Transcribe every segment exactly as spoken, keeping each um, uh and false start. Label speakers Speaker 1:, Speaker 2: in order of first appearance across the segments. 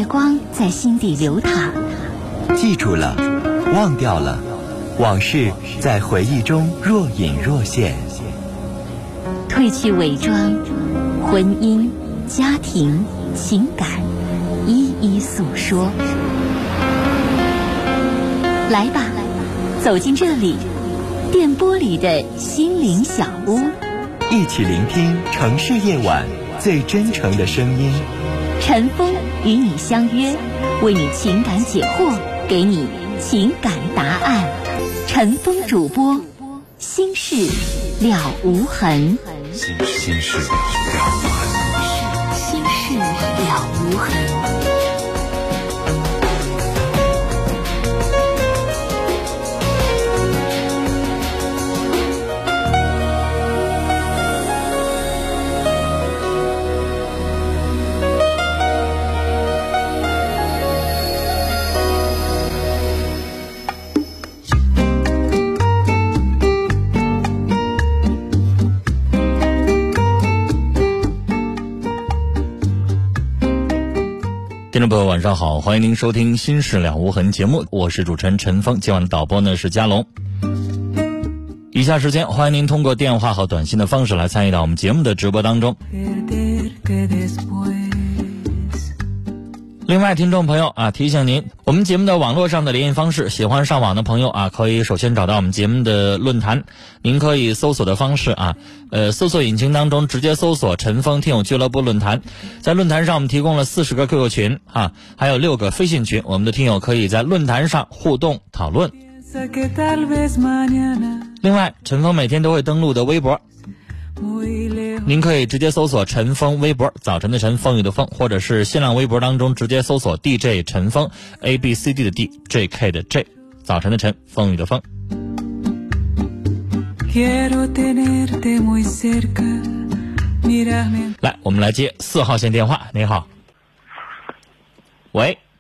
Speaker 1: 光在心底流淌，
Speaker 2: 记住了，忘掉了，往事在回忆中若隐若现。
Speaker 1: 褪去伪装，婚姻、家庭、情感一一诉说。来吧，走进这里，电波里的心灵小屋，
Speaker 2: 一起聆听城市夜晚最真诚的声音。
Speaker 1: 陈峰与你相约，为你情感解惑，给你情感答案。陈峰主播，心事了无痕。
Speaker 2: 心心事了无痕，
Speaker 1: 心事了无痕。
Speaker 3: 听众朋友晚上好，欢迎您收听心事了无痕节目，我是主持人陈峰，今晚的导播呢是嘉龙。以下时间欢迎您通过电话和短信的方式来参与到我们节目的直播当中。另外听众朋友啊，提醒您，我们节目的网络上的联系方式，喜欢上网的朋友啊，可以首先找到我们节目的论坛，您可以搜索的方式啊，呃，搜索引擎当中直接搜索陈峰听友俱乐部论坛，在论坛上我们提供了四十个 Q Q 群啊，还有六个飞信群，我们的听友可以在论坛上互动讨论。另外，陈峰每天都会登录的微博，您可以直接搜索陈峰微博，早晨的晨，风雨的风，或者是新浪微博当中直接搜索 D J 陈峰 A B C D 的 D，J K 的 J， 早晨的晨，风雨的风。来，我们来接四号线电话。你好，喂，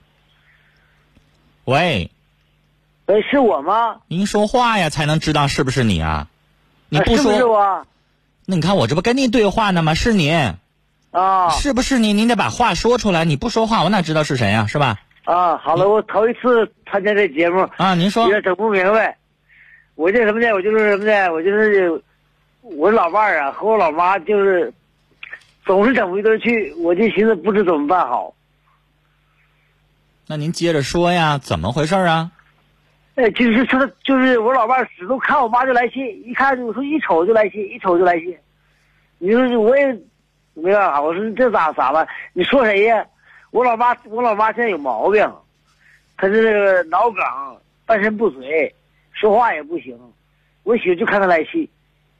Speaker 3: 喂，
Speaker 4: 喂，是我吗？
Speaker 3: 您说话呀，才能知道是不是你啊？你不说，
Speaker 4: 啊、是不是我？
Speaker 3: 那你看我这不跟你对话呢吗？是你
Speaker 4: 啊？
Speaker 3: 是不是你？您得把话说出来，你不说话我哪知道是谁呀、啊？是吧？
Speaker 4: 啊，好了，我头一次参加这节目
Speaker 3: 啊，您说，
Speaker 4: 有点整不明白。我这什么呢？我就是什么呢？我就是我老伴儿啊，和我老妈就是总是整不一对去，我就寻思不知怎么办好。
Speaker 3: 那您接着说呀，怎么回事啊？
Speaker 4: 哎，就是他，就是我老伴儿始终看我妈就来气，一看我说一瞅就来气，一瞅就来气。你说我也没办法，我说这咋咋办？你说谁呀？我老妈，我老妈现在有毛病，她是这个脑梗，半身不遂，说话也不行。我媳妇就看她来气。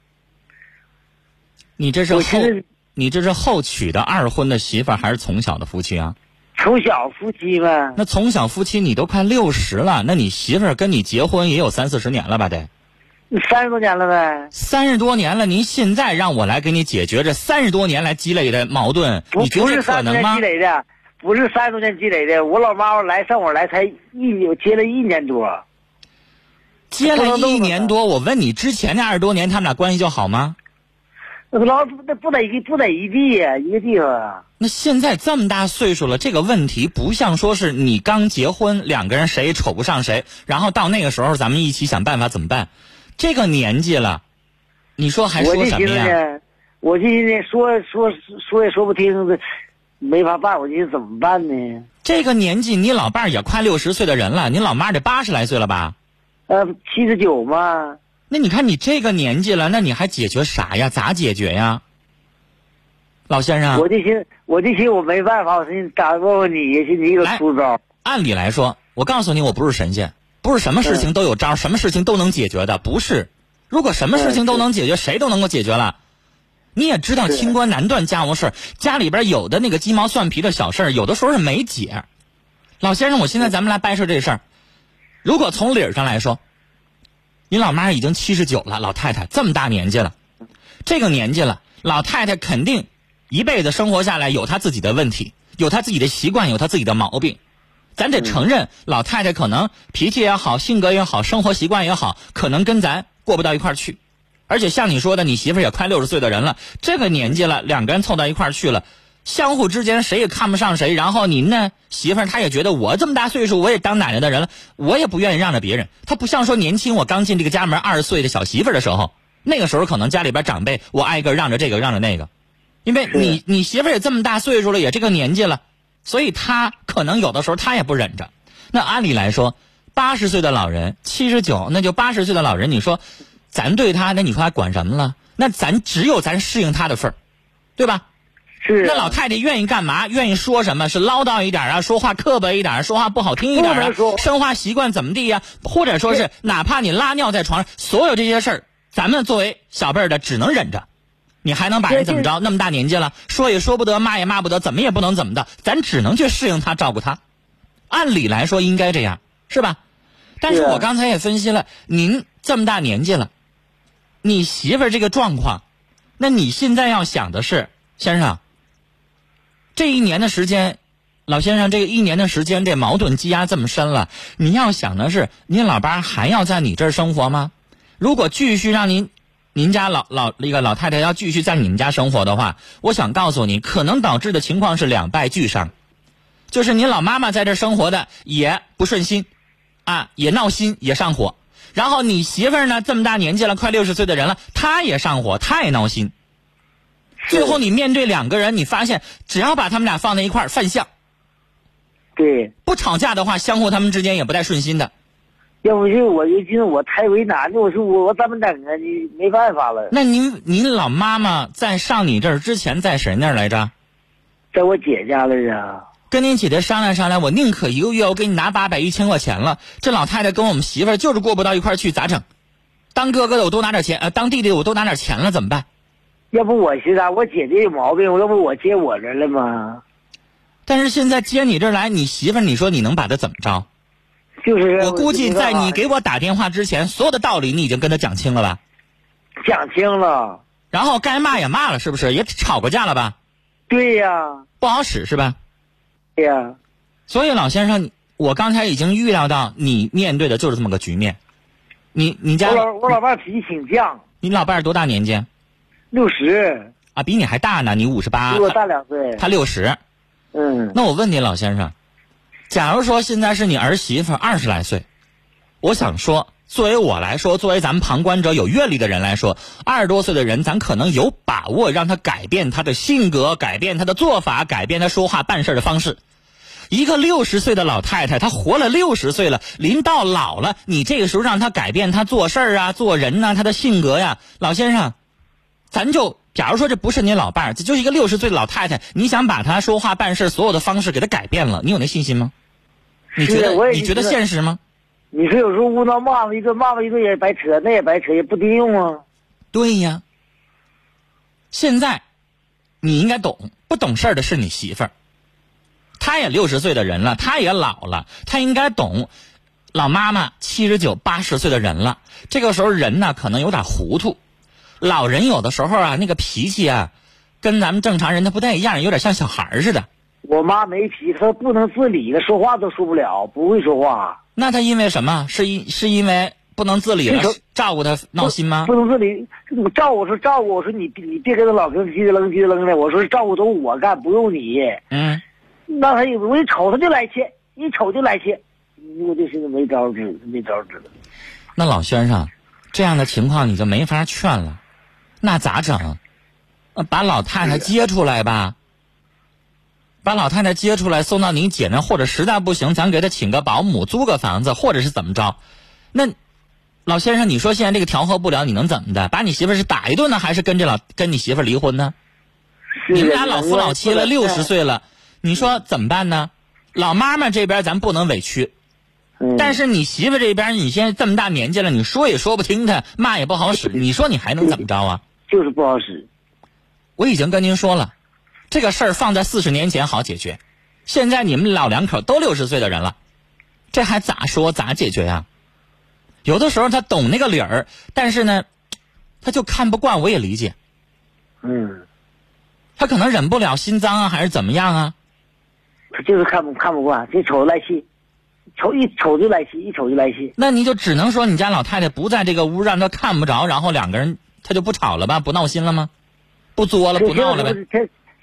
Speaker 3: 你这是后，你这是后娶的二婚的媳妇儿，还是从小的夫妻啊？
Speaker 4: 从小夫妻嘛。
Speaker 3: 那从小夫妻你都快六十了，那你媳妇儿跟你结婚也有三四十年了吧？得
Speaker 4: 三十多年了呗。
Speaker 3: 三十多年了，您现在让我来给你解决这三十多年来积累的矛盾，你觉得可能吗？
Speaker 4: 不是三十多年积累的，不是三十多年积累的。我老妈来上我来才一，我接了一年多。
Speaker 3: 接了一年多，我问你，之前那二十多年他们俩关系就好吗？
Speaker 4: 那老那不在一不在一地呀，一个地方啊。
Speaker 3: 那现在这么大岁数了，这个问题不像说是你刚结婚，两个人谁也瞅不上谁，然后到那个时候咱们一起想办法怎么办？这个年纪了，你说还说什么呀？
Speaker 4: 我今天说说说也说不听，没法办，我今天怎么办呢？
Speaker 3: 这个年纪，你老伴儿也快六十岁的人了，你老妈得八十来岁了吧？
Speaker 4: 呃，七十九嘛。
Speaker 3: 那你看你这个年纪了，那你还解决啥呀？咋解决呀？老先生，
Speaker 4: 我这些我这些我没办法，我寻思打问问你，也是你有出招。
Speaker 3: 按理来说，我告诉你，我不是神仙，不是什么事情都有招，嗯、什么事情都能解决的，不是。如果什么事情都能解决，谁都能够解决了。你也知道，清官难断家务事，家里边有的那个鸡毛蒜皮的小事，有的时候是没解。老先生，我现在咱们来掰扯这事儿。如果从理儿上来说，您老妈已经七十九了，老太太这么大年纪了，这个年纪了，老太太肯定一辈子生活下来有她自己的问题，有她自己的习惯，有她自己的毛病。咱得承认，老太太可能脾气也好，性格也好，生活习惯也好，可能跟咱过不到一块儿去。而且像你说的，你媳妇儿也快六十岁的人了，这个年纪了，两个人凑到一块儿去了， 相互之间谁也看不上谁，然后您呢媳妇儿她也觉得我这么大岁数我也当奶奶的人了，我也不愿意让着别人。她不像说年轻我刚进这个家门二十岁的小媳妇儿的时候，那个时候可能家里边长辈我挨个让着这个让着那个，因为你你媳妇儿也这么大岁数了，也这个年纪了，所以她可能有的时候她也不忍着。那按理来说八十岁的老人七十九，那就八十岁的老人，你说咱对他，那你说还管什么了？那咱只有咱适应他的份儿，对吧？
Speaker 4: 是。
Speaker 3: 那老太太愿意干嘛？愿意说什么？是唠叨一点啊，说话刻薄一点，说话不好听一点啊，生活习惯怎么地呀、啊？或者说是哪怕你拉尿在床上，所有这些事儿，咱们作为小辈儿的只能忍着。你还能把人怎么着？那么大年纪了，说也说不得，骂也骂不得，怎么也不能怎么的，咱只能去适应他，照顾他。按理来说应该这样，是吧？但是我刚才也分析了，您这么大年纪了，你媳妇儿这个状况，那你现在要想的是，先生，这一年的时间，老先生这个一年的时间，这矛盾积压这么深了，你要想的是，您老伴儿还要在你这儿生活吗？如果继续让您，您家老老那个老太太要继续在你们家生活的话，我想告诉你，可能导致的情况是两败俱伤，就是您老妈妈在这儿生活的也不顺心。啊，也闹心，也上火，然后你媳妇儿呢，这么大年纪了，快六十岁的人了，她也上火，她也闹心。最后你面对两个人，你发现只要把他们俩放在一块儿，犯相。
Speaker 4: 对。
Speaker 3: 不吵架的话，相互他们之间也不带顺心的。
Speaker 4: 要不就我就觉得我太为难了，我说我我怎么整啊？你没办法了。
Speaker 3: 那您您老妈妈在上你这儿之前，在谁那儿来着？
Speaker 4: 在我姐家来着。
Speaker 3: 跟您姐姐商量商量，我宁可一个月我给你拿八百一千块钱了，这老太太跟我们媳妇儿就是过不到一块儿去，咋整？当哥哥的我多拿点钱，呃，当弟弟的我多拿点钱了，怎么办？
Speaker 4: 要不我寻思我姐姐有毛病，要不我接我这儿了吗？
Speaker 3: 但是现在接你这儿来，你媳妇儿，你说你能把她怎么着？
Speaker 4: 就是
Speaker 3: 我估计在你给我打电话之前，所有的道理你已经跟她讲清了吧？
Speaker 4: 讲清了。
Speaker 3: 然后该骂也骂了，是不是？也吵过架了吧？
Speaker 4: 对呀。
Speaker 3: 不好使是吧？
Speaker 4: 对呀。
Speaker 3: 所以老先生，我刚才已经预料到你面对的就是这么个局面。你你家
Speaker 4: 我老我老伴脾气挺犟。
Speaker 3: 你老伴儿多大年纪？
Speaker 4: 六十。
Speaker 3: 啊，比你还大呢，你五十八。
Speaker 4: 比我大两岁。
Speaker 3: 他六十。
Speaker 4: 嗯。
Speaker 3: 那我问你，老先生，假如说现在是你儿媳妇二十来岁，我想说，作为我来说，作为咱们旁观者有阅历的人来说，二十多岁的人，咱可能有把握让他改变他的性格，改变他的做法，改变他说话办事的方式。一个六十岁的老太太，她活了六十岁了，临到老了，你这个时候让她改变她做事啊、做人呐、啊、她的性格呀，老先生，咱就假如说这不是你老伴儿，这就是一个六十岁的老太太，你想把她说话办事所有的方式给她改变了，你有那信心吗？你觉得你觉得现实吗？
Speaker 4: 你说有时候无脑骂了一顿，骂了一顿也白扯，那也白扯，也不顶用啊。
Speaker 3: 对呀。现在你应该懂，不懂事儿的是你媳妇儿。她也六十岁的人了，她也老了，她应该懂。老妈妈七十九、八十岁的人了，这个时候人呢可能有点糊涂。老人有的时候啊，那个脾气啊，跟咱们正常人他不太一样，有点像小孩似的。
Speaker 4: 我妈没脾气，她不能自理的，说话都说不了，不会说话。
Speaker 3: 那她因为什么？是因是因为不能自理了，照顾她闹心吗？
Speaker 4: 不能自理，我照顾我说照顾我说你你别跟她老跟叽里楞叽里楞的，我说照顾都我干，不用你。
Speaker 3: 嗯。
Speaker 4: 那他我一瞅他就来气，一瞅就来气，我就现在没招治，没招治了。
Speaker 3: 那老先生，这样的情况你就没法劝了，那咋整？把老太太接出来吧，把老太太接出来送到您姐那，或者实在不行，咱给她请个保姆，租个房子，或者是怎么着？那老先生，你说现在这个调和不了，你能怎么的？把你媳妇是打一顿呢，还是跟这老跟你媳妇离婚呢？你们俩老夫老妻了，六十岁了。你说怎么办呢？老妈妈这边咱不能委屈，
Speaker 4: 嗯、
Speaker 3: 但是你媳妇这边，你现在这么大年纪了，你说也说不听她，骂也不好使，你说你还能怎么着啊？
Speaker 4: 就是不好使。
Speaker 3: 我已经跟您说了，这个事儿放在四十年前好解决，现在你们老两口都六十岁的人了，这还咋说咋解决呀？有的时候他懂那个理儿，但是呢，他就看不惯，我也理解。
Speaker 4: 嗯。
Speaker 3: 他可能忍不了心脏啊，还是怎么样啊？
Speaker 4: 他就是看不看不惯，这瞅来气，瞅一瞅就来气，一瞅就来气。
Speaker 3: 那你就只能说你家老太太不在这个屋，让她看不着，然后两个人他就不吵了吧，不闹心了吗？不作了，不闹了呗。
Speaker 4: 现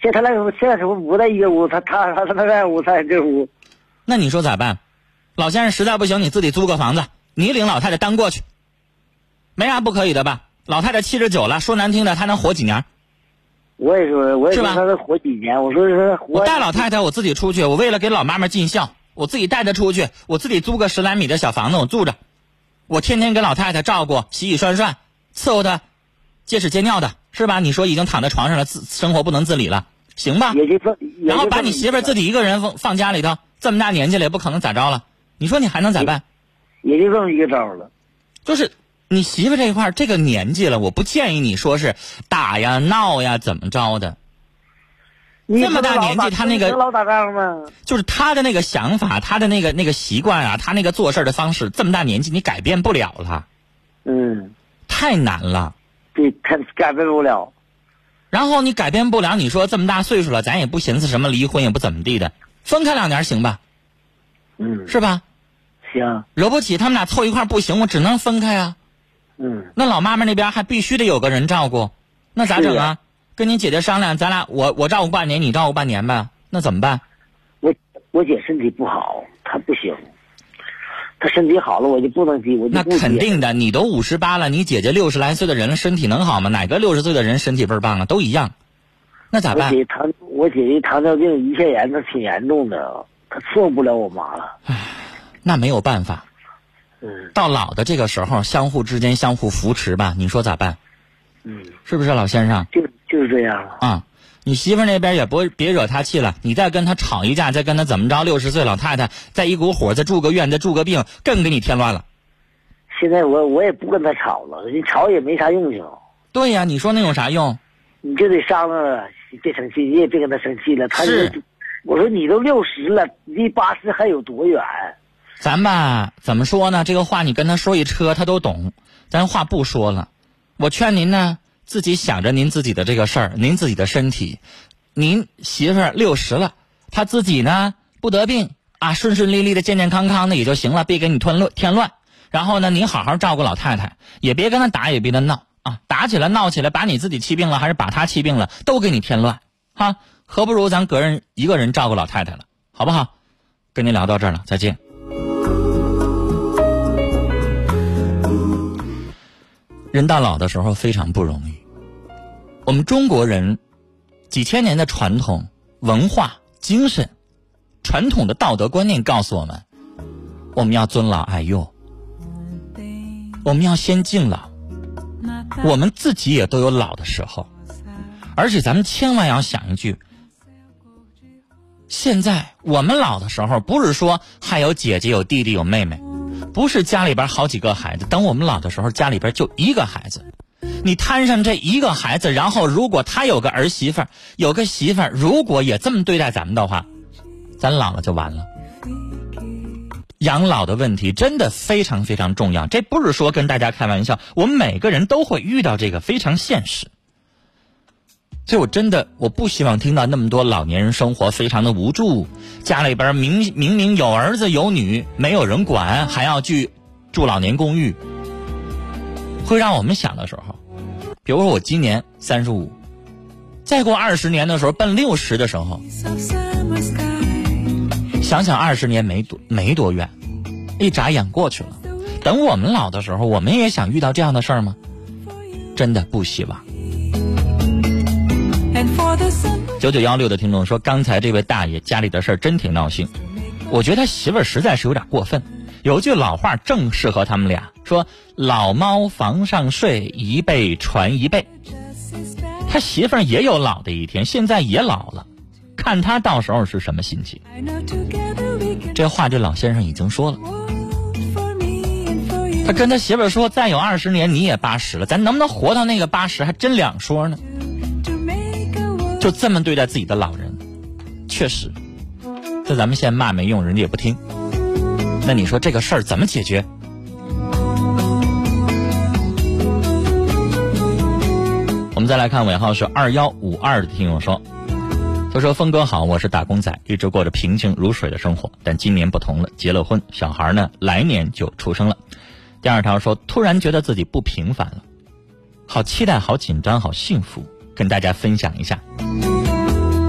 Speaker 4: 现在他俩现在什么不在一个屋，他他他他他在屋，他在这屋。
Speaker 3: 那你说咋办？老先生实在不行，你自己租个房子，你领老太太单过去，没啥不可以的吧？老太太七十九了，说难听的，她能活几年？
Speaker 4: 我也说，我也说她能活几年。我说是活。
Speaker 3: 我带老太太，我自己出去，我为了给老妈妈尽孝，我自己带她出去，我自己租个十来米的小房子，我住着，我天天给老太太照顾，洗洗涮涮，伺候她，接屎接尿的，是吧？你说已经躺在床上了，自生活不能自理了，行吧？
Speaker 4: 也就这，
Speaker 3: 然后把你媳妇儿自己一个人放放家里头，这么大年纪了也不可能咋着了，你说你还能咋办？
Speaker 4: 也就这么一个招了。
Speaker 3: 就是你媳妇这一块这个年纪了，我不建议你说是打呀闹呀怎么着的。这么大年纪，他那个
Speaker 4: 老打仗吗？
Speaker 3: 就是他的那个想法，他的那个那个习惯啊，他那个做事的方式，这么大年纪你改变不了了。
Speaker 4: 嗯，
Speaker 3: 太难了。
Speaker 4: 对，他改变不了。
Speaker 3: 然后你改变不了，你说这么大岁数了，咱也不寻思什么离婚，也不怎么地的，分开两年行吧？
Speaker 4: 嗯，
Speaker 3: 是吧？
Speaker 4: 行。
Speaker 3: 惹不起，他们俩凑一块不行，我只能分开啊。
Speaker 4: 嗯。
Speaker 3: 那老妈妈那边还必须得有个人照顾，那咋整啊？跟你姐姐商量，咱俩我我照顾半年，你照顾半年呗，那怎么办？
Speaker 4: 我我姐身体不好，她不行。她身体好了，我就不能接，我就不接。
Speaker 3: 那肯定的，你都五十八了，你姐姐六十来岁的人了，身体能好吗？哪个六十岁的人身体倍儿棒啊？都一样。那咋办？
Speaker 4: 我姐糖，我姐姐糖尿病、胰腺炎，她挺严重的，她伺候不了我妈了。
Speaker 3: 唉，那没有办法。
Speaker 4: 嗯。
Speaker 3: 到老的这个时候，相互之间相互扶持吧，你说咋办？
Speaker 4: 嗯。
Speaker 3: 是不是老先生？
Speaker 4: 就就是这样
Speaker 3: 啊。你媳妇那边也不别惹她气了，你再跟她吵一架，再跟她怎么着？六十岁老太太再一股火，再住个院，再住个病，更给你添乱了。
Speaker 4: 现在我我也不跟她吵了，你吵也没啥用性。
Speaker 3: 对呀，你说那有啥用？
Speaker 4: 你就得商量了，别生气，你也别跟她生气了。她
Speaker 3: 是，
Speaker 4: 我说你都六十了，离八十还有多远？
Speaker 3: 咱吧，怎么说呢？这个话你跟她说一车，她都懂。咱话不说了，我劝您呢。自己想着您自己的这个事儿，您自己的身体，您媳妇儿六十了，她自己呢不得病啊，顺顺利利的、健健康康的也就行了，别给你添乱添乱。然后呢，您好好照顾老太太，也别跟她打，也别跟她闹啊，打起来闹起来，把你自己气病了，还是把她气病了，都给你添乱哈。何不如咱个人一个人照顾老太太了，好不好？跟您聊到这儿了，再见。人到老的时候非常不容易。我们中国人几千年的传统文化精神，传统的道德观念告诉我们，我们要尊老爱幼，我们要先敬老，我们自己也都有老的时候。而且咱们千万要想一句，现在我们老的时候不是说还有姐姐有弟弟有妹妹，不是家里边好几个孩子，等我们老的时候家里边就一个孩子。你摊上这一个孩子，然后如果他有个儿媳妇儿，有个媳妇儿，如果也这么对待咱们的话，咱老了就完了。养老的问题真的非常非常重要，这不是说跟大家开玩笑，我们每个人都会遇到这个，非常现实。所以我真的我不希望听到那么多老年人生活非常的无助，家里边明明明有儿子有女，没有人管，还要去住老年公寓，会让我们想的时候，比如说我今年三十五，再过二十年的时候，奔六十的时候，想想二十年没多没多远，一眨眼过去了。等我们老的时候，我们也想遇到这样的事儿吗？真的不希望。九九幺六的听众说，刚才这位大爷家里的事儿真挺闹心，我觉得他媳妇儿实在是有点过分。有句老话正适合他们俩，说老猫房上睡，一辈传一辈。他媳妇儿也有老的一天，现在也老了，看他到时候是什么心情。这话这老先生已经说了，他跟他媳妇儿说，再有二十年你也八十了，咱能不能活到那个八十还真两说呢。就这么对待自己的老人，确实在咱们现在骂没用，人家也不听。那你说这个事儿怎么解决？我们再来看尾号是二一五二的听友说，他说峰哥好，我是打工仔，一直过着平静如水的生活，但今年不同了，结了婚，小孩呢来年就出生了。第二条说，突然觉得自己不平凡了，好期待，好紧张，好幸福，跟大家分享一下。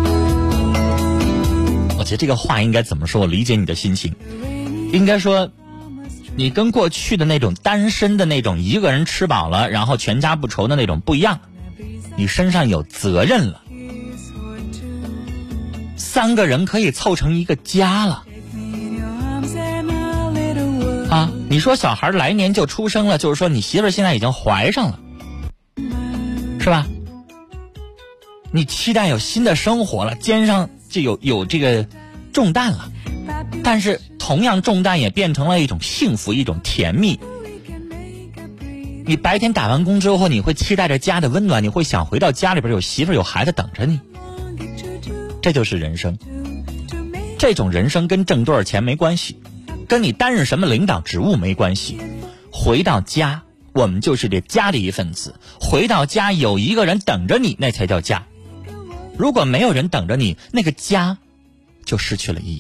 Speaker 3: 洁这个话应该怎么说？我理解你的心情，应该说你跟过去的那种单身的那种一个人吃饱了然后全家不愁的那种不一样，你身上有责任了，三个人可以凑成一个家了啊！你说小孩来年就出生了，就是说你媳妇现在已经怀上了，是吧？你期待有新的生活了，肩上就有有这个重担了，但是同样重担也变成了一种幸福，一种甜蜜。你白天打完工之后，你会期待着家的温暖，你会想回到家里边有媳妇有孩子等着你。这就是人生，这种人生跟挣多少钱没关系，跟你担任什么领导职务没关系。回到家，我们就是这家的一份子，回到家有一个人等着你，那才叫家。如果没有人等着你，那个家就失去了意义。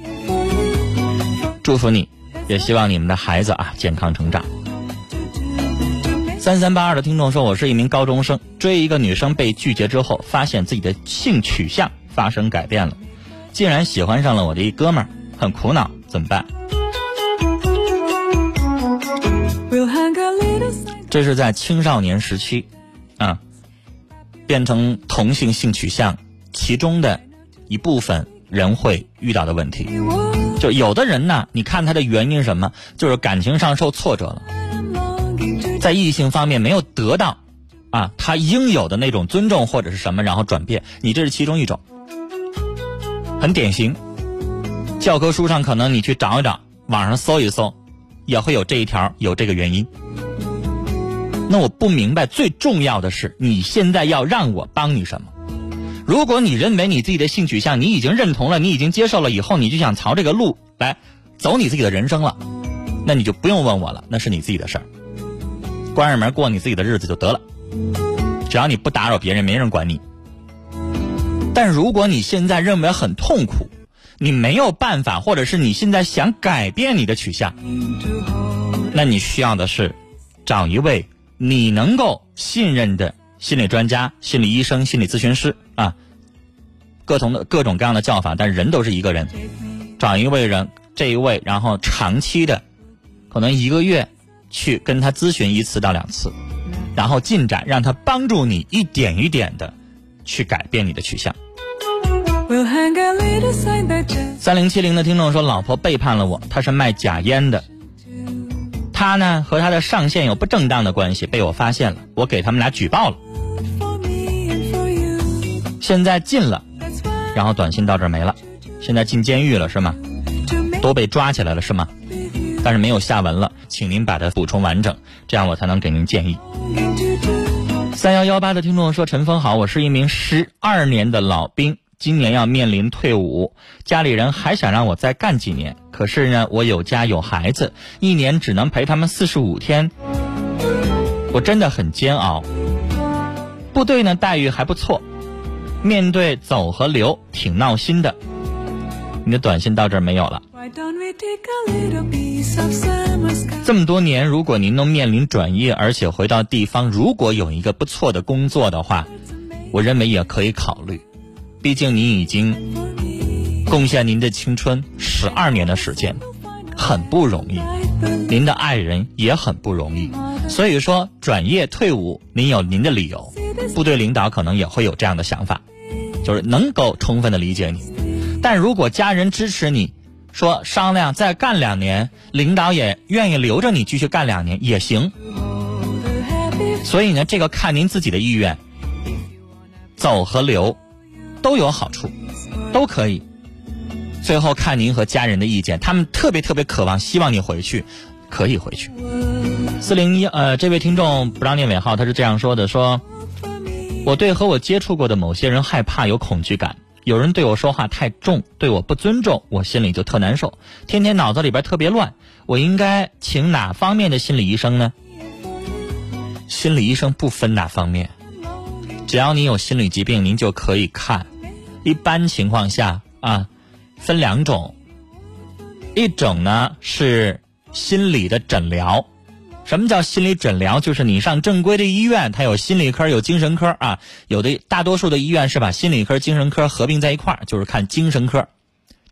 Speaker 3: 祝福你，也希望你们的孩子啊健康成长。三三八二的听众说，我是一名高中生，追一个女生被拒绝之后，发现自己的性取向发生改变了，竟然喜欢上了我的一哥们儿，很苦恼，怎么办？这是在青少年时期啊，变成同性性取向其中的一部分人会遇到的问题。就有的人呢，你看他的原因是什么，就是感情上受挫折了，在异性方面没有得到啊他应有的那种尊重或者是什么，然后转变，你这是其中一种，很典型。教科书上可能你去找一找，网上搜一搜，也会有这一条，有这个原因。那我不明白，最重要的是你现在要让我帮你什么？如果你认为你自己的性取向你已经认同了，你已经接受了，以后你就想朝这个路来走你自己的人生了，那你就不用问我了，那是你自己的事儿，关上门过你自己的日子就得了，只要你不打扰别人，没人管你。但如果你现在认为很痛苦，你没有办法，或者是你现在想改变你的取向，那你需要的是找一位你能够信任的心理专家、心理医生、心理咨询师啊，各种的各种各样的叫法，但人都是一个人。找一位人，这一位，然后长期的，可能一个月去跟他咨询一次到两次，然后进展，让他帮助你一点一点的去改变你的取向。三零七零的听众说，老婆背叛了我，他是卖假烟的。他呢和他的上线有不正当的关系，被我发现了，我给他们俩举报了，现在进了，然后短信到这儿没了，现在进监狱了是吗？都被抓起来了是吗？但是没有下文了，请您把它补充完整，这样我才能给您建议。三幺幺八的听众说，陈峰好，我是一名十二年的老兵，今年要面临退伍，家里人还想让我再干几年，可是呢我有家有孩子，一年只能陪他们四十五天，我真的很煎熬。部队呢待遇还不错，面对走和留挺闹心的。你的短信到这儿没有了。这么多年，如果您能面临转业，而且回到地方如果有一个不错的工作的话，我认为也可以考虑，毕竟您已经贡献您的青春十二年的时间，很不容易，您的爱人也很不容易，所以说转业退伍您有您的理由，部队领导可能也会有这样的想法，就是能够充分的理解你。但如果家人支持你，说商量再干两年，领导也愿意留着你继续干两年也行。所以呢，这个看您自己的意愿，走和留都有好处，都可以。最后看您和家人的意见，他们特别特别渴望希望你回去，可以回去。四零一呃，这位听众不让念尾号，他是这样说的，说我对和我接触过的某些人害怕，有恐惧感，有人对我说话太重，对我不尊重，我心里就特难受，天天脑子里边特别乱，我应该请哪方面的心理医生呢？心理医生不分哪方面，只要你有心理疾病您就可以看。一般情况下啊，分两种，一种呢是心理的诊疗。什么叫心理诊疗？就是你上正规的医院，它有心理科有精神科啊，有的大多数的医院是把心理科精神科合并在一块儿，就是看精神科。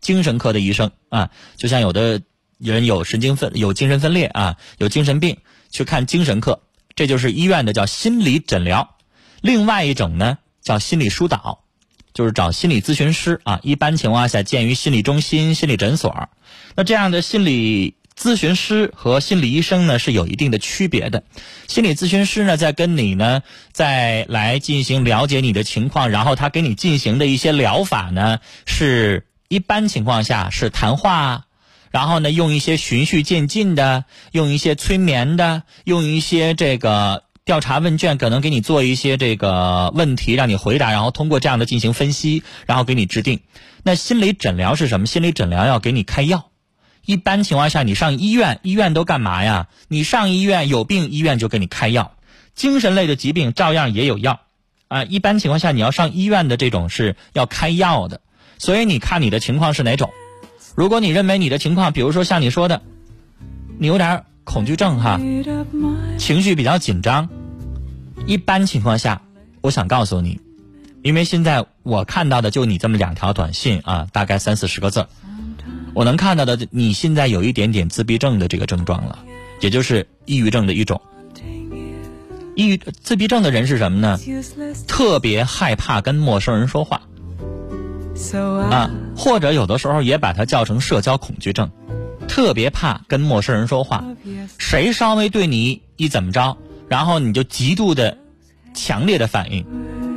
Speaker 3: 精神科的医生啊，就像有的人有神经分有精神分裂啊，有精神病去看精神科，这就是医院的叫心理诊疗。另外一种呢叫心理疏导，就是找心理咨询师啊，一般情况下见于心理中心、心理诊所。那这样的心理咨询师和心理医生呢是有一定的区别的。心理咨询师呢在跟你呢再来进行了解你的情况，然后他给你进行的一些疗法呢是一般情况下是谈话，然后呢用一些循序渐进的，用一些催眠的，用一些这个调查问卷，可能给你做一些这个问题让你回答，然后通过这样的进行分析，然后给你制定。那心理诊疗是什么？心理诊疗要给你开药。一般情况下你上医院，医院都干嘛呀？你上医院有病，医院就给你开药。精神类的疾病照样也有药啊。一般情况下你要上医院的这种是要开药的。所以你看你的情况是哪种。如果你认为你的情况，比如说像你说的你有点恐惧症哈，情绪比较紧张，一般情况下我想告诉你，因为现在我看到的就你这么两条短信啊，大概三四十个字，我能看到的你现在有一点点自闭症的这个症状了，也就是抑郁症的一种。抑郁自闭症的人是什么呢？特别害怕跟陌生人说话啊，或者有的时候也把它叫成社交恐惧症，特别怕跟陌生人说话，谁稍微对你一怎么着，然后你就极度的强烈的反应。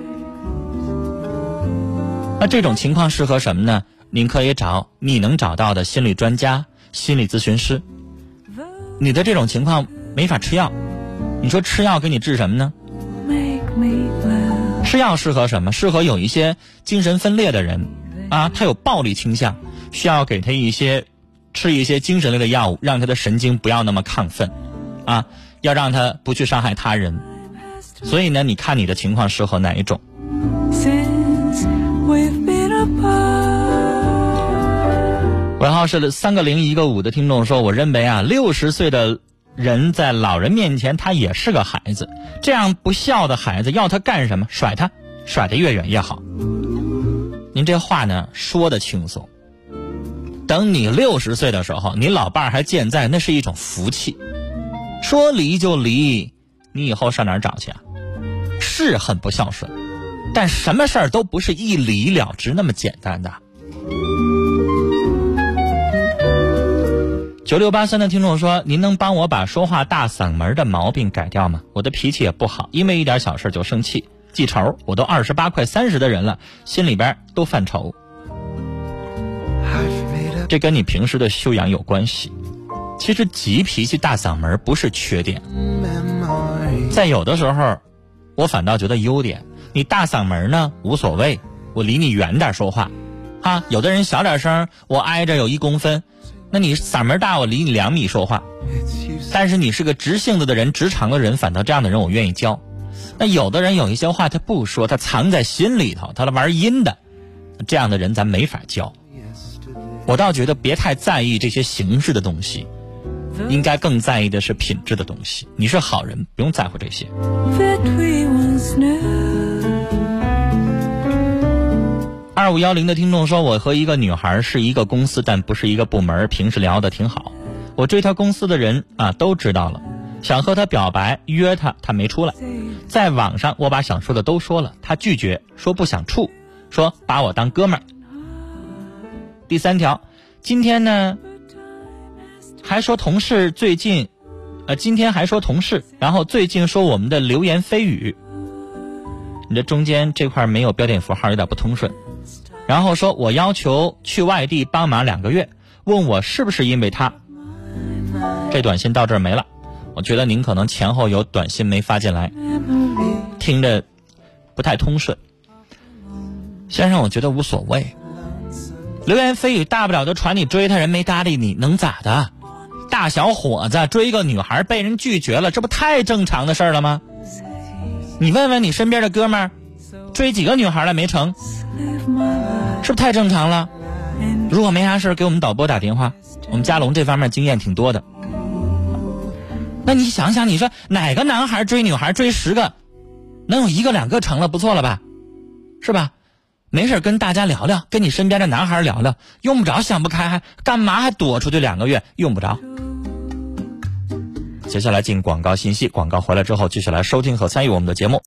Speaker 3: 那这种情况适合什么呢？您可以找你能找到的心理专家、心理咨询师。你的这种情况没法吃药，你说吃药给你治什么呢？吃药适合什么？适合有一些精神分裂的人啊，他有暴力倾向，需要给他一些吃一些精神类的药物，让他的神经不要那么亢奋啊，要让他不去伤害他人。所以呢，你看你的情况适合哪一种？尾号是三个零一个五的听众说，我认为啊，六十岁的人在老人面前他也是个孩子，这样不孝的孩子要他干什么？甩他，甩得越远越好。您这话呢说得轻松，等你六十岁的时候，你老伴儿还健在，那是一种福气。说离就离，你以后上哪儿找去啊？是很不孝顺，但什么事儿都不是一离了之那么简单的。九六八三的听众说，您能帮我把说话大嗓门的毛病改掉吗？我的脾气也不好，因为一点小事就生气记仇，我都二十八快三十的人了，心里边都犯愁。这跟你平时的修养有关系。其实急脾气大嗓门不是缺点，在有的时候我反倒觉得优点。你大嗓门呢无所谓，我离你远点说话啊。有的人小点声，我挨着有一公分，那你嗓门大，我离你两米说话。但是你是个直性子的人，直肠的人，反倒这样的人我愿意交。那有的人有一些话他不说，他藏在心里头，他玩阴的，这样的人咱没法交。我倒觉得别太在意这些形式的东西，应该更在意的是品质的东西。你是好人，不用在乎这些。二五幺零的听众说，我和一个女孩是一个公司，但不是一个部门，平时聊得挺好。我追她公司的人啊都知道了，想和她表白，约她，她没出来。在网上我把想说的都说了，她拒绝，说不想处，说把我当哥们儿。第三条，今天呢还说同事最近呃，今天还说同事，然后最近说我们的流言蜚语，你这中间这块没有标点符号，有点不通顺。然后说我要求去外地帮忙两个月，问我是不是因为他。这短信到这儿没了，我觉得您可能前后有短信没发进来，听着不太通顺。先生，我觉得无所谓，流言蜚语大不了就传你追他，人没搭理你，能咋的？大小伙子追个女孩被人拒绝了，这不太正常的事儿了吗？你问问你身边的哥们儿，追几个女孩了没成？是不是太正常了？如果没啥事，给我们导播打电话，我们嘉龙这方面经验挺多的。那你想想，你说哪个男孩追女孩追十个，能有一个两个成了，不错了吧？是吧？ 没事跟大家聊聊，跟你身边的男孩聊聊，用不着想不开，还干嘛还躲出去两个月？用不着。接下来进广告信息，广告回来之后继续来收听和参与我们的节目。